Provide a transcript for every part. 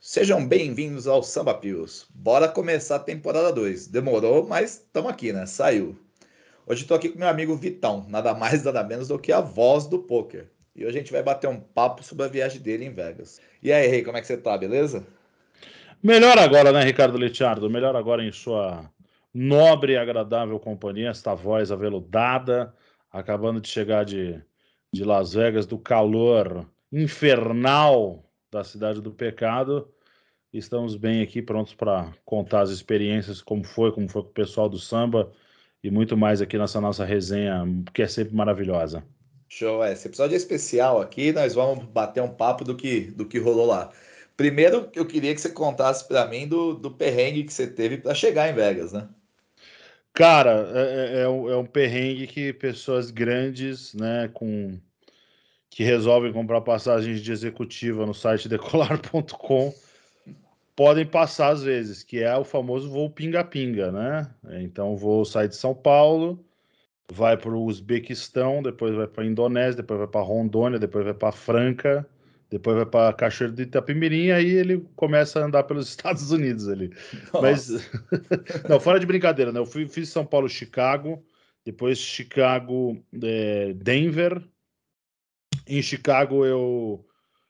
Sejam bem-vindos ao Samba Pios. Bora começar a temporada 2. Demorou, mas estamos aqui, né? Saiu. Hoje estou aqui com meu amigo Vitão, nada mais, nada menos do que a voz do poker. E hoje a gente vai bater um papo sobre a viagem dele em Vegas. E aí, Rei, como é que você tá, beleza? Melhor agora, né, Ricardo Licciardo? Melhor agora em sua nobre e agradável companhia, esta voz aveludada, acabando de chegar de Las Vegas, do calor infernal da Cidade do Pecado. Estamos bem aqui, prontos para contar as experiências, como foi com o pessoal do samba e muito mais aqui nessa nossa resenha, que é sempre maravilhosa. Show, esse episódio é especial aqui, nós vamos bater um papo do que rolou lá. Primeiro, eu queria que você contasse para mim do perrengue que você teve para chegar em Vegas, né? Cara, é um perrengue que pessoas grandes, né, que resolvem comprar passagens de executiva no site decolar.com podem passar às vezes, que é o famoso voo pinga-pinga, né? Então o voo sai de São Paulo, vai para o Uzbequistão, depois vai para a Indonésia, depois vai para Rondônia, depois vai para Franca, depois vai para Cachoeiro de Itapemirim, e aí ele começa a andar pelos Estados Unidos ali. Mas, Nossa. não, fora de brincadeira, né? Fiz São Paulo, Chicago, depois Chicago, Denver. Em Chicago eu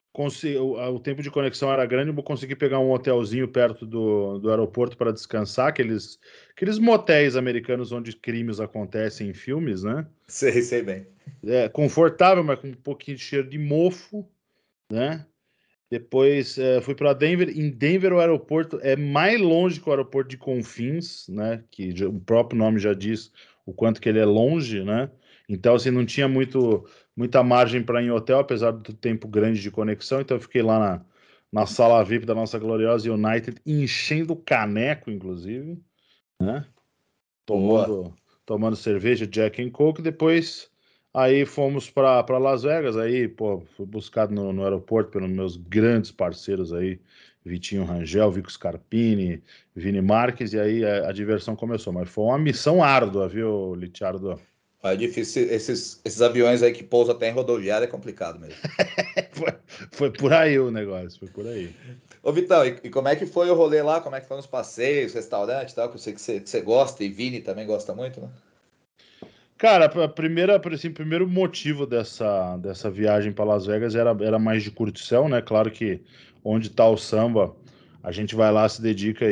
o tempo de conexão era grande, eu consegui pegar um hotelzinho perto do aeroporto para descansar, aqueles motéis americanos onde crimes acontecem em filmes, né? Sei bem. É, confortável, mas com um pouquinho de cheiro de mofo, né? Depois fui para Denver. Em Denver, o aeroporto é mais longe que o aeroporto de Confins, né? O próprio nome já diz o quanto que ele é longe, né? Então, assim, não tinha muita margem para ir em hotel, apesar do tempo grande de conexão. Então, eu fiquei lá na sala VIP da nossa gloriosa United, enchendo o caneco, inclusive, né? Boa. Tomando cerveja, Jack and Coke. Depois, aí fomos para Las Vegas. Aí, pô, fui buscado no aeroporto pelos meus grandes parceiros aí, Vitinho Rangel, Vico Scarpini, Vini Marques. E aí a diversão começou. Mas foi uma missão árdua, viu, Litiardo? É difícil. Esses aviões aí que pousam até em rodoviária é complicado mesmo. Foi, foi por aí o negócio, foi por aí. Ô Vitão, e como é que foi o rolê lá? Como é que foram os passeios, restaurante e tal? Que eu sei que você gosta e Vini também gosta muito, né? Cara, assim, o primeiro motivo dessa viagem para Las Vegas era mais de curtição, né? Claro que onde está o samba, a gente vai lá, se dedica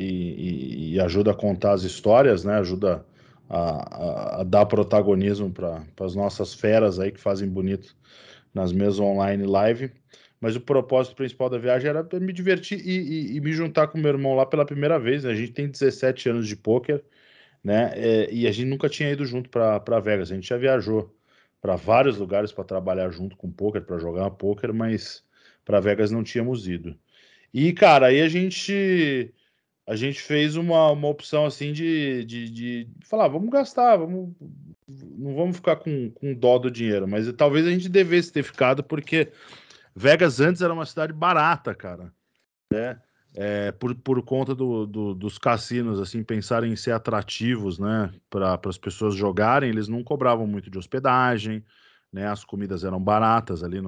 e ajuda a contar as histórias, né? Ajuda a dar protagonismo para as nossas feras aí que fazem bonito nas mesas online live. Mas o propósito principal da viagem era me divertir e me juntar com meu irmão lá pela primeira vez, né? A gente tem 17 anos de pôquer, né? E a gente nunca tinha ido junto para Vegas. A gente já viajou para vários lugares para trabalhar junto com poker, para jogar poker, mas para Vegas não tínhamos ido. E, cara, aí a gente fez uma opção assim de falar, vamos gastar, não vamos ficar com dó do dinheiro, mas talvez a gente devesse ter ficado, porque Vegas antes era uma cidade barata, cara, né? Por conta dos cassinos, assim, pensarem em ser atrativos, né, para as pessoas jogarem, eles não cobravam muito de hospedagem, né, as comidas eram baratas ali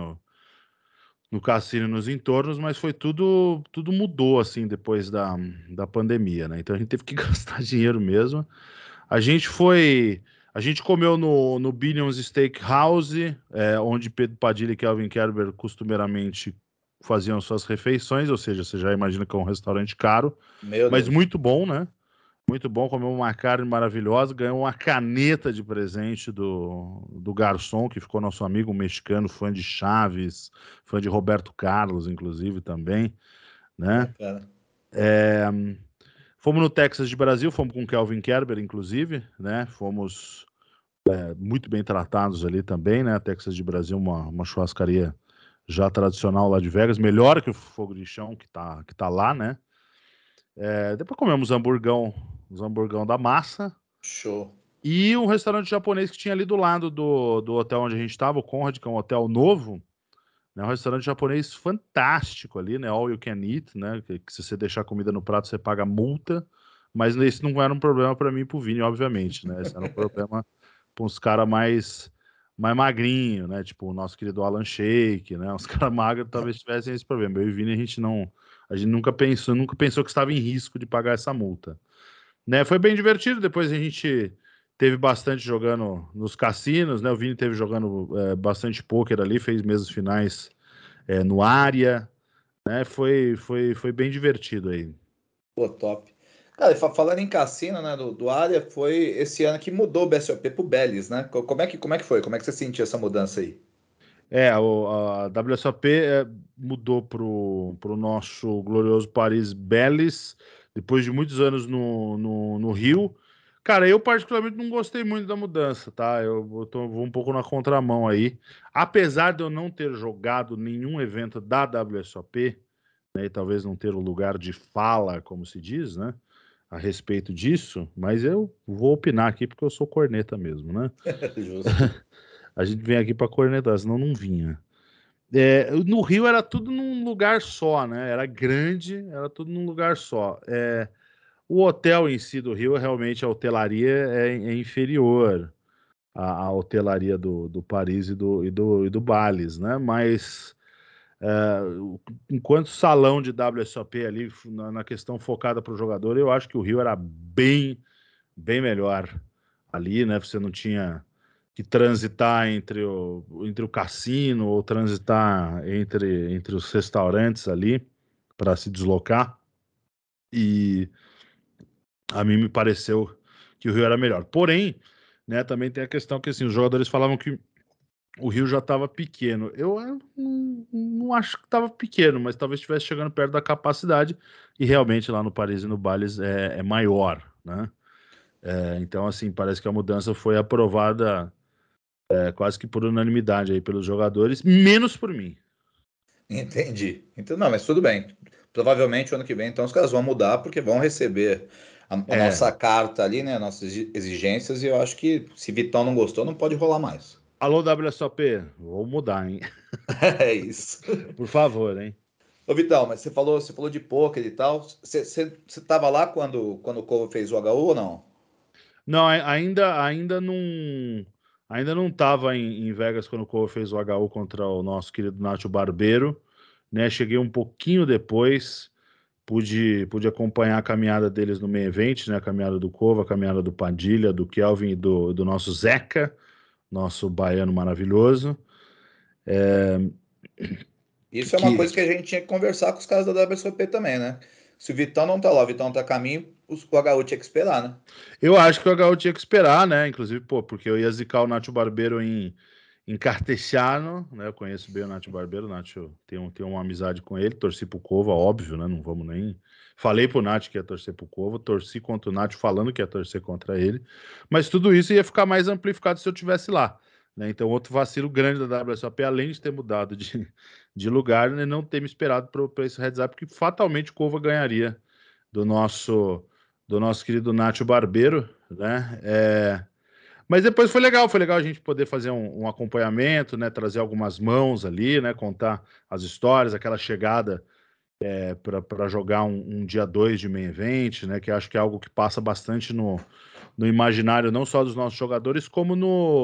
no cassino e nos entornos, mas tudo mudou, assim, depois da pandemia, né, então a gente teve que gastar dinheiro mesmo. A gente foi, a gente comeu no Billions Steakhouse, onde Pedro Padilha e Kelvin Kerber costumeiramente faziam suas refeições, ou seja, você já imagina que é um restaurante caro, Meu mas Deus. muito bom, né? Muito bom, comeu uma carne maravilhosa, ganhou uma caneta de presente do garçom, que ficou nosso amigo um mexicano, fã de Chaves, fã de Roberto Carlos, inclusive, também, né? Bacana. É, Fomos no Texas de Brasil, fomos com o Kelvin Kerber, inclusive, né? Fomos muito bem tratados ali também, né? A Texas de Brasil, uma churrascaria já tradicional lá de Vegas, melhor que o Fogo de Chão que tá lá, né? Depois comemos os hamburgão da massa Show. e um restaurante japonês que tinha ali do lado do hotel onde a gente estava, o Conrad, que é um hotel novo, né? Um restaurante japonês fantástico ali, né? All you can eat, né? Que se você deixar comida no prato, você paga multa. Mas esse não era um problema para mim e pro Vini, obviamente, né? Esse era um problema para uns caras mais magrinhos, né? Tipo o nosso querido Alan Shake, né? Os caras magros talvez tivessem esse problema. Eu e o Vini, A gente nunca pensou que estava em risco de pagar essa multa. Né? Foi bem divertido, depois a gente teve bastante jogando nos cassinos, né? O Vini teve jogando bastante pôquer ali, fez mesas finais no área, né? Foi bem divertido aí. Pô, top. Cara, e falando em cassino, né, do área, foi esse ano que mudou o BSOP pro Bellis, né? Como é que foi? Como é que você sentiu essa mudança aí? A WSOP mudou pro nosso glorioso Paris Bellis, depois de muitos anos no Rio. Cara, eu particularmente não gostei muito da mudança, tá? Vou um pouco na contramão aí. Apesar de eu não ter jogado nenhum evento da WSOP, né, e talvez não ter o lugar de fala, como se diz, né, a respeito disso, mas eu vou opinar aqui porque eu sou corneta mesmo, né? Justo. A gente vem aqui para cornetar, senão não vinha. No Rio era tudo num lugar só, né? Era grande, era tudo num lugar só. O hotel em si do Rio, realmente a hotelaria é inferior à hotelaria do Paris e do Bales, né? Mas enquanto salão de WSOP ali, na questão focada para o jogador, eu acho que o Rio era bem melhor ali, né? Você não tinha que transitar entre o cassino ou transitar entre os restaurantes ali para se deslocar. E a mim me pareceu que o Rio era melhor. Porém, né, também tem a questão que assim, os jogadores falavam que o Rio já estava pequeno. Eu não acho que estava pequeno, mas talvez estivesse chegando perto da capacidade. E realmente lá no Paris e no Bales é maior, né? Então, assim, parece que a mudança foi aprovada quase que por unanimidade aí pelos jogadores, menos por mim. Entendi. Então, não, mas tudo bem. Provavelmente o ano que vem, então, os caras vão mudar porque vão receber a É. nossa carta ali, né? Nossas exigências, e eu acho que se Vitão não gostou, não pode rolar mais. Alô, WSOP, vou mudar, hein? É isso. Por favor, hein? Ô, Vitão, mas você falou de pôquer e tal. Você tava lá quando o Corvo fez o HU ou não? Não, ainda não estava em Vegas quando o Cole fez o HU contra o nosso querido Nacho Barbeiro, né? Cheguei um pouquinho depois, pude acompanhar a caminhada deles no main event, né? A caminhada do Cova, a caminhada do Padilha, do Kelvin e do nosso Zeca, nosso baiano maravilhoso. Isso é uma Que coisa que a gente tinha que conversar com os caras da WSOP também, né? Se o Vitão não tá lá, o Vitão tá a caminho, o HU tinha que esperar, né? eu acho que o HU tinha que esperar, né? Inclusive, pô, porque eu ia zicar o Nacho Barbeiro em Cartesiano, né? Eu conheço bem o Nacho Barbeiro, o Nacho tenho uma amizade com ele, torci pro Cova, óbvio, né? Não vamos nem. Falei pro Nacho que ia torcer pro Cova, torci contra o Nacho falando que ia torcer contra ele, mas tudo isso ia ficar mais amplificado se eu tivesse lá, né? Então, outro vacilo grande da WSOP, além de ter mudado de lugar, né? Não ter me esperado para esse heads up, porque fatalmente o Cova ganharia do nosso, do nosso querido Nacho Barbeiro, né? Mas depois foi legal a gente poder fazer um acompanhamento, né? Trazer algumas mãos ali, né? Contar as histórias, aquela chegada para jogar um dia 2 de main event, né? Que acho que é algo que passa bastante no imaginário, não só dos nossos jogadores, como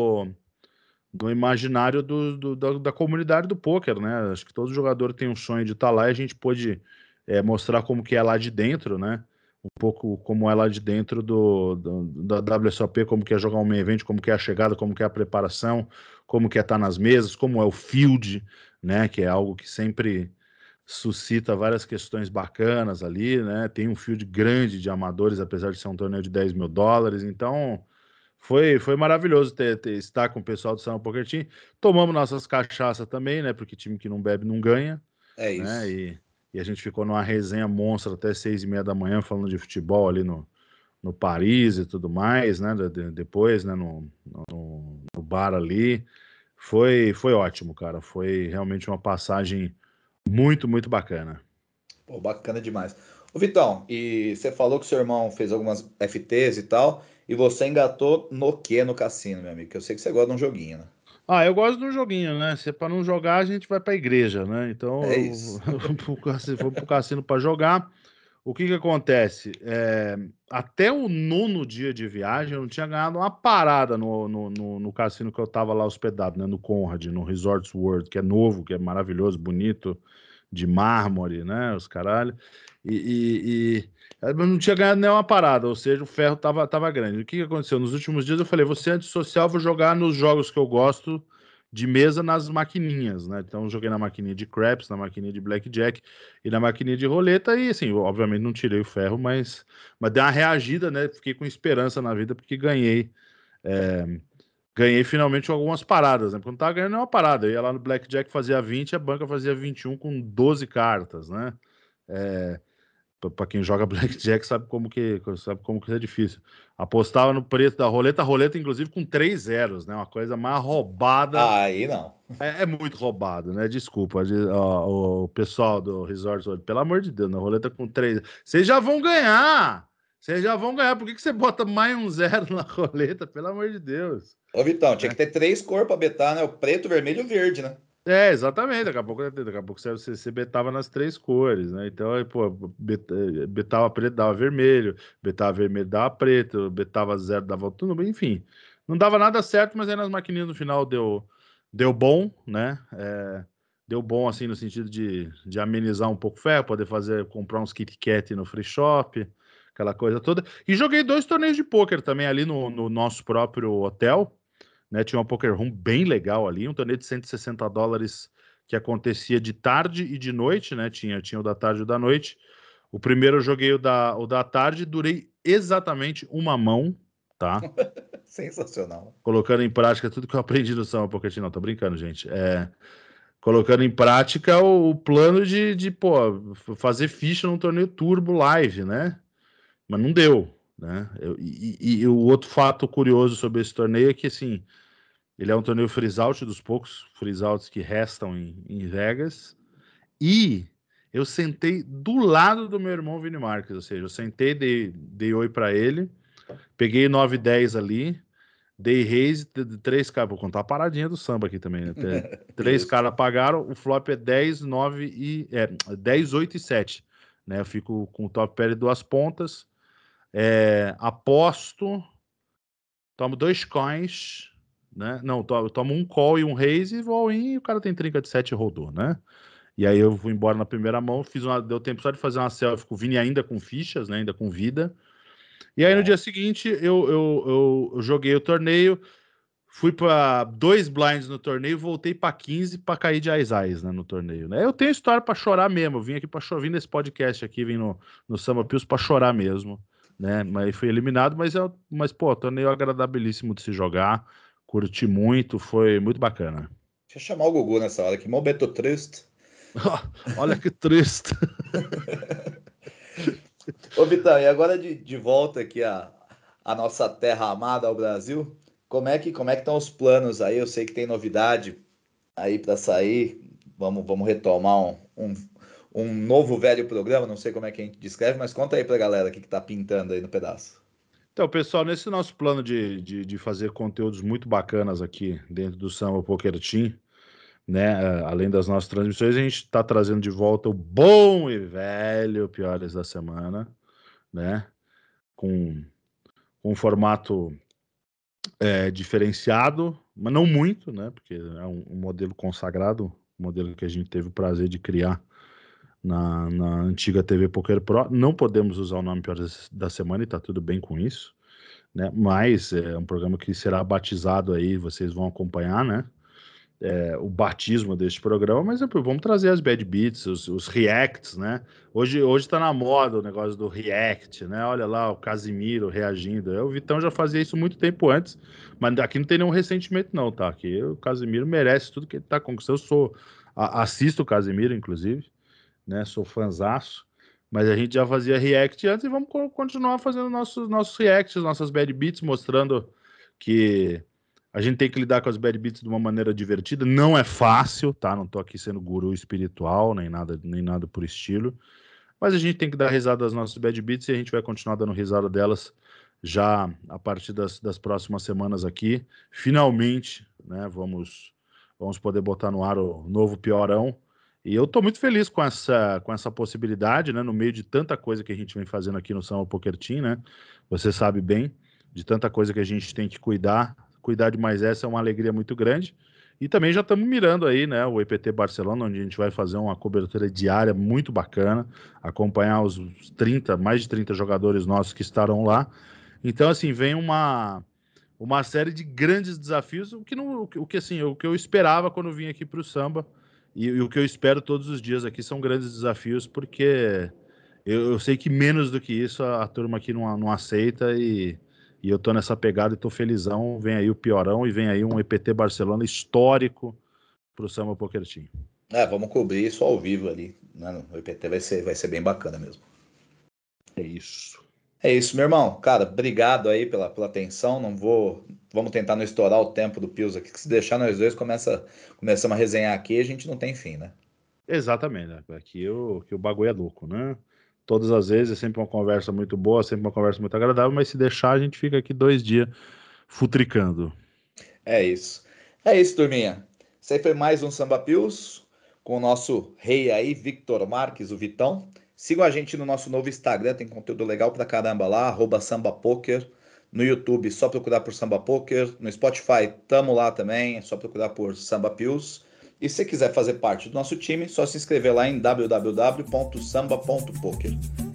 no imaginário da comunidade do poker, né? Acho que todo jogador tem um sonho de estar lá e a gente pôde mostrar como que é lá de dentro, né? Um pouco como é lá de dentro da WSOP, como que é jogar um main event, como que é a chegada, como que é a preparação, como que é estar nas mesas, como é o field, né? Que é algo que sempre suscita várias questões bacanas ali, né? Tem um field grande de amadores, apesar de ser um torneio de 10 mil dólares, então foi maravilhoso estar com o pessoal do São Poker Team. Tomamos nossas cachaças também, né? Porque time que não bebe não ganha, É né? isso. E a gente ficou numa resenha monstra até 6:30 da manhã falando de futebol ali no Paris e tudo mais, né? Depois, né? No bar ali. Foi ótimo, cara. Foi realmente uma passagem muito bacana. Pô, bacana demais. Ô, Vitão, e você falou que seu irmão fez algumas FTs e tal, e você engatou no quê no cassino, meu amigo? Que eu sei que você gosta de um joguinho, né? Ah, eu gosto de um joguinho, né? Se é para não jogar, a gente vai para a igreja, né? Então É eu isso. vou pro cassino para jogar. O que que acontece? Até o nono dia de viagem, eu não tinha ganhado uma parada no cassino que eu tava lá hospedado, né? No Conrad, no Resorts World, que é novo, que é maravilhoso, bonito, de mármore, né? Os caralho. Eu não tinha ganhado nenhuma parada, ou seja, o ferro tava grande. O que aconteceu? Nos últimos dias eu falei, vou ser antissocial, vou jogar nos jogos que eu gosto de mesa nas maquininhas, né? Então eu joguei na maquininha de craps, na maquininha de blackjack e na maquininha de roleta e assim, eu, obviamente não tirei o ferro, mas dei uma reagida, né? Fiquei com esperança na vida porque ganhei finalmente algumas paradas, né? Porque eu não tava ganhando nenhuma parada. Eu ia lá no blackjack fazia 20, a banca fazia 21 com 12 cartas, né? É, para quem joga blackjack sabe como que é difícil. Apostava no preço da roleta, a roleta inclusive com 3 zeros, né? Uma coisa mais roubada. Aí não. É muito roubado, né? Desculpa, o pessoal do Resort, pelo amor de Deus, na roleta com 3. Vocês já vão ganhar! Vocês já vão ganhar. Por que você bota mais um zero na roleta? Pelo amor de Deus. Ô, Vitão, tinha que ter 3 cores pra betar, né? O preto, o vermelho e o verde, né? Exatamente. Daqui a pouco você betava nas 3 cores, né? Então, aí, pô, betava preto, dava vermelho, betava vermelho, dava preto, betava zero, dava tudo, bem, enfim. Não dava nada certo, mas aí nas maquininhas no final deu bom, né? Deu bom, assim, no sentido de amenizar um pouco o ferro, poder comprar uns Kit Kat no free shop, aquela coisa toda. E joguei 2 torneios de pôquer também ali no nosso próprio hotel, né? Tinha uma poker room bem legal ali, um torneio de US$ 160 que acontecia de tarde e de noite, né? Tinha o da tarde e o da noite. O primeiro eu joguei o da tarde, durei exatamente uma mão, tá? Sensacional. Colocando em prática tudo que eu aprendi no Samba Poker Team. Não, tô brincando, gente. Colocando em prática o plano de pô, fazer ficha num torneio turbo live, né? Mas não deu, né? E o outro fato curioso sobre esse torneio é que, assim, ele é um torneio freeze-out, dos poucos freeze-outs que restam em Vegas. E eu sentei do lado do meu irmão Vini Marques, ou seja, eu sentei, dei oi para ele, peguei 9-10 ali, dei raise, 3 caras, vou contar a paradinha do samba aqui também, né? Três Justo. caras pagaram, o flop é 10, 9 10, 8 e 7. Né? Eu fico com o top pair e 2 pontas. Aposto, tomo 2 coins, né? Não, tomo um call e um raise e vou all-in e o cara tem trinca de 7 e rodou, né? E aí eu fui embora na primeira mão, deu tempo só de fazer uma selfie com o Vini ainda com fichas, né? Ainda com vida. E aí no dia Bom. seguinte eu joguei o torneio, fui para 2 blinds no torneio, voltei para 15 para cair de ais, né, no torneio, né? Eu tenho história para chorar mesmo, eu vim aqui para chorar, vim nesse podcast aqui, vim no Samba Pills para chorar mesmo, né? Mas fui eliminado, mas pô, torneio agradabilíssimo de se jogar, curti muito, foi muito bacana. Deixa eu chamar o Gugu nessa hora, que momento triste. Olha que triste. Ô, Vitão, e agora de volta aqui a nossa terra amada ao Brasil, como é que estão os planos aí? Eu sei que tem novidade aí para sair. Vamos retomar um novo velho programa, não sei como é que a gente descreve, mas conta aí pra galera o que tá pintando aí no pedaço. Então, pessoal, nesse nosso plano de fazer conteúdos muito bacanas aqui dentro do Samba Poker Team, né? Além das nossas transmissões, a gente está trazendo de volta o bom e velho Piores da Semana, né? Com um formato diferenciado, mas não muito, né? Porque é um modelo consagrado, um modelo que a gente teve o prazer de criar na antiga TV Poker Pro. Não podemos usar o nome Piores da Semana e tá tudo bem com isso, né? Mas é um programa que será batizado aí, vocês vão acompanhar, né? O batismo deste programa, mas vamos trazer as bad beats, os reacts, né? Hoje tá na moda o negócio do react, né? Olha lá o Casimiro reagindo. O Vitão já fazia isso muito tempo antes, mas aqui não tem nenhum ressentimento não, tá? Aqui o Casimiro merece tudo que ele tá conquistando. Assisto o Casimiro, inclusive, né? Sou fãzaço. Mas a gente já fazia react antes e vamos continuar fazendo nossos reacts, nossas bad beats, mostrando que a gente tem que lidar com as bad beats de uma maneira divertida. Não é fácil, tá? Não tô aqui sendo guru espiritual, nem nada por estilo. Mas a gente tem que dar risada das nossas bad beats e a gente vai continuar dando risada delas já a partir das próximas semanas aqui. Finalmente, né? Vamos poder botar no ar o novo Piorão. E eu tô muito feliz com essa possibilidade, né? No meio de tanta coisa que a gente vem fazendo aqui no Samba Poker Team, né? Você sabe bem, de tanta coisa que a gente tem que cuidar de mais essa é uma alegria muito grande. E também já estamos mirando aí, né, o EPT Barcelona, onde a gente vai fazer uma cobertura diária muito bacana, acompanhar os 30, mais de 30 jogadores nossos que estarão lá. Então, assim, vem uma série de grandes desafios, o que eu esperava quando eu vim aqui para o samba, e o que eu espero todos os dias aqui são grandes desafios, porque eu sei que menos do que isso a turma aqui não aceita, e eu tô nessa pegada e tô felizão. Vem aí o Piorão e vem aí um EPT Barcelona histórico pro Samba Poker Team. Vamos cobrir isso ao vivo ali, né? O IPT vai ser bem bacana mesmo. É isso. É isso, meu irmão. Cara, obrigado aí pela atenção. Vamos tentar não estourar o tempo do Pius aqui, que se deixar nós dois começamos a resenhar aqui e a gente não tem fim, né? Exatamente, né? Que o bagulho é louco, né? Todas as vezes é sempre uma conversa muito boa, sempre uma conversa muito agradável, mas se deixar a gente fica aqui 2 dias futricando. É isso. É isso, turminha. Esse aí foi mais um Samba Pius com o nosso rei aí, Victor Marques, o Vitão. Sigam a gente no nosso novo Instagram, tem conteúdo legal pra caramba lá, @sambapoker. No YouTube, só procurar por Samba Poker. No Spotify, tamo lá também, é só procurar por Samba Pius. E se você quiser fazer parte do nosso time, só se inscrever lá em www.samba.poker.